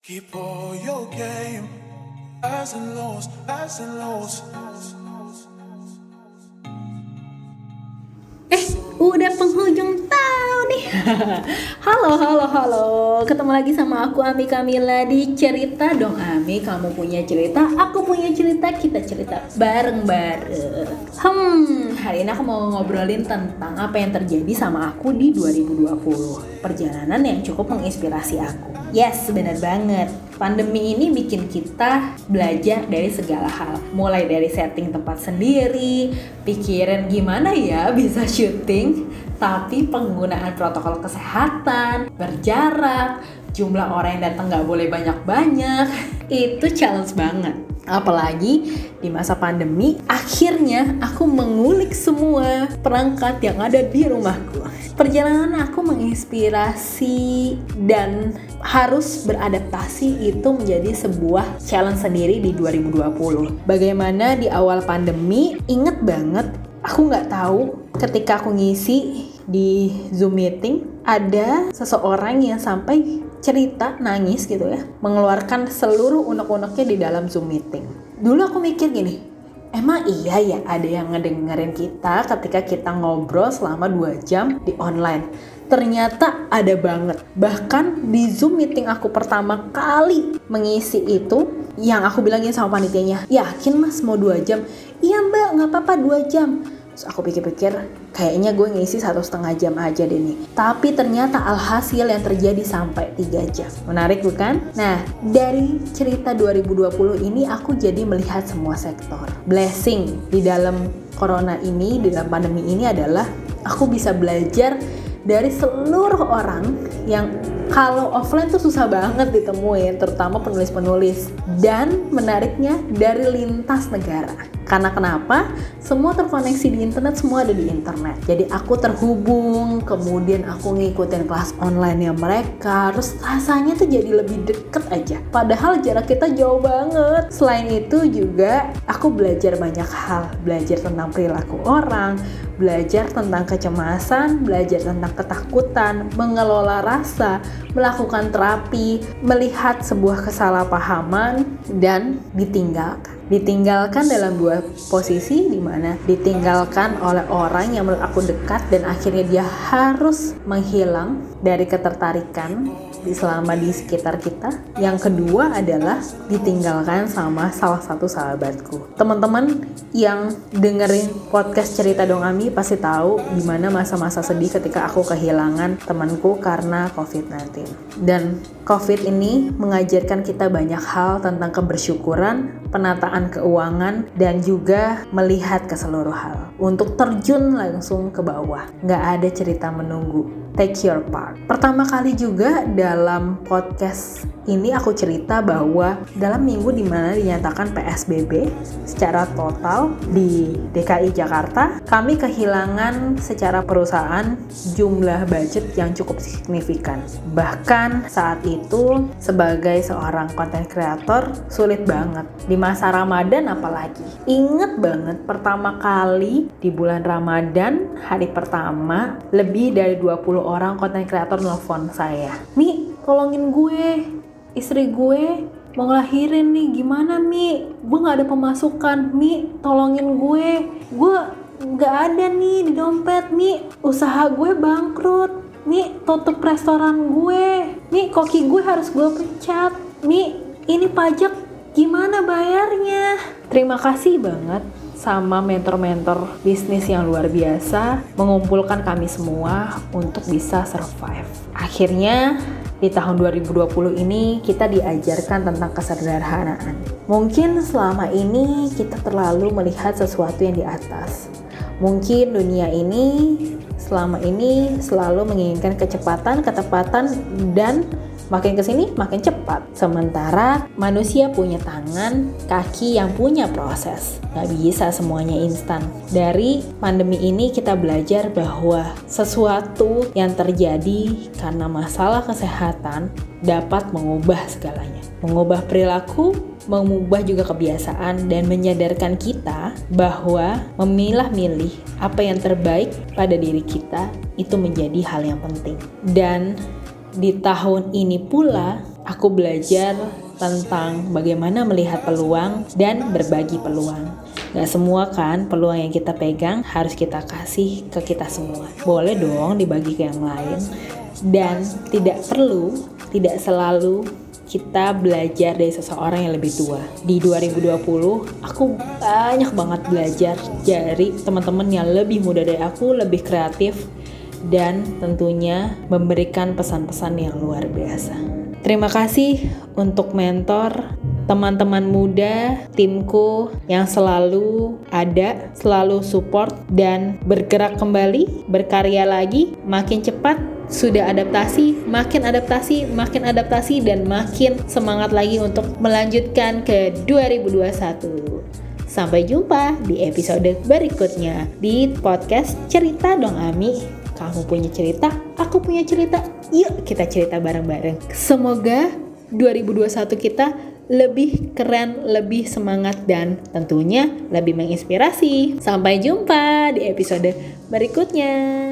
Keep all your game, highs and lows, highs and lows. Udah penghujung tahun nih. Halo. Ketemu lagi sama aku Ami Kamila di Cerita Dong Ami. Kamu punya cerita, aku punya cerita, kita cerita bareng-bareng. Hari ini aku mau ngobrolin tentang apa yang terjadi sama aku di 2020. Perjalanan yang cukup menginspirasi aku. Yes, benar banget. Pandemi ini bikin kita belajar dari segala hal. Mulai dari setting tempat sendiri, pikirin gimana ya bisa syuting, tapi penggunaan protokol kesehatan, berjarak, jumlah orang yang datang gak boleh banyak-banyak, itu challenge banget. Apalagi di masa pandemi, akhirnya aku mengulik semua perangkat yang ada di rumahku. Perjalanan aku menginspirasi dan harus beradaptasi itu menjadi sebuah challenge sendiri di 2020. Bagaimana di awal pandemi, inget banget, aku gak tahu ketika aku ngisi di Zoom meeting, ada seseorang yang sampai cerita, nangis gitu ya, mengeluarkan seluruh unek-uneknya di dalam Zoom meeting. Dulu aku mikir gini, emang iya ya ada yang ngedengerin kita ketika kita ngobrol selama 2 jam di online? Ternyata ada banget. Bahkan di Zoom meeting aku pertama kali mengisi itu, yang aku bilangin sama panitianya, yakin mas mau 2 jam? Iya mbak, gak apa-apa 2 jam. Terus aku pikir-pikir, kayaknya gue ngisi 1,5 jam aja deh nih. Tapi ternyata alhasil yang terjadi sampai 3 jam. Menarik bukan? Nah, dari cerita 2020 ini aku jadi melihat semua sektor. Blessing di dalam corona ini, di dalam pandemi ini adalah aku bisa belajar dari seluruh orang yang kalau offline tuh susah banget ditemuin, terutama penulis-penulis. Dan menariknya dari lintas negara. Karena kenapa? Semua terkoneksi di internet, semua ada di internet. Jadi aku terhubung, kemudian aku ngikutin kelas online-nya mereka, terus rasanya tuh jadi lebih deket aja. Padahal jarak kita jauh banget. Selain itu juga aku belajar banyak hal. Belajar tentang perilaku orang, belajar tentang kecemasan, belajar tentang ketakutan, mengelola rasa, melakukan terapi, melihat sebuah kesalahpahaman, dan ditinggalkan dalam 2 posisi, di mana ditinggalkan oleh orang yang menurut aku dekat dan akhirnya dia harus menghilang dari ketertarikan selama di sekitar kita. Yang kedua adalah ditinggalkan sama salah satu sahabatku. Teman-teman yang dengerin podcast Cerita Dong Ami pasti tahu gimana masa-masa sedih ketika aku kehilangan temanku karena COVID-19. Dan COVID ini mengajarkan kita banyak hal tentang kebersyukuran, penataan keuangan, dan juga melihat ke seluruh hal. Untuk terjun langsung ke bawah. Nggak ada cerita menunggu. Take your part. Pertama kali juga dalam podcast ini aku cerita bahwa dalam minggu dimana dinyatakan PSBB secara total di DKI Jakarta, kami kehilangan secara perusahaan jumlah budget yang cukup signifikan. Bahkan saat itu sebagai seorang content creator sulit banget. Di masa Ramadan apalagi. Ingat banget pertama kali di bulan Ramadan, hari pertama, lebih dari 20 orang content creator nelfon saya. Mi, tolongin gue, istri gue mau ngelahirin nih, gimana Mi? Gue gak ada pemasukan, Mi, tolongin gue gak ada nih di dompet, Mi, usaha gue bangkrut, Mi, tutup restoran gue, Mi, koki gue harus gue pecat, Mi, ini pajak gimana bayarnya? Terima kasih banget sama mentor-mentor bisnis yang luar biasa mengumpulkan kami semua untuk bisa survive. Akhirnya di tahun 2020 ini kita diajarkan tentang kesederhanaan. Mungkin selama ini kita terlalu melihat sesuatu yang di atas. Mungkin dunia ini selama ini selalu menginginkan kecepatan, ketepatan, dan makin kesini makin cepat. Sementara manusia punya tangan, kaki yang punya proses. Gak bisa semuanya instan. Dari pandemi ini kita belajar bahwa sesuatu yang terjadi karena masalah kesehatan dapat mengubah segalanya. Mengubah perilaku, mengubah juga kebiasaan, dan menyadarkan kita bahwa memilah-milih apa yang terbaik pada diri kita itu menjadi hal yang penting. Dan di tahun ini pula Aku belajar tentang bagaimana melihat peluang dan berbagi peluang. Gak semua kan peluang yang kita pegang harus kita kasih ke kita semua. Boleh dong dibagi ke yang lain. Dan tidak selalu kita belajar dari seseorang yang lebih tua. Di 2020, aku banyak banget belajar dari teman-teman yang lebih muda dari aku, lebih kreatif, dan tentunya memberikan pesan-pesan yang luar biasa. Terima kasih untuk mentor, teman-teman muda, timku yang selalu ada, selalu support dan bergerak kembali, berkarya lagi, makin cepat, sudah adaptasi, makin adaptasi dan makin semangat lagi untuk melanjutkan ke 2021. Sampai jumpa di episode berikutnya di podcast Cerita Dong Ami. Kamu punya cerita, aku punya cerita. Yuk kita cerita bareng-bareng. Semoga 2021 kita lebih keren, lebih semangat, dan tentunya lebih menginspirasi. Sampai jumpa di episode berikutnya.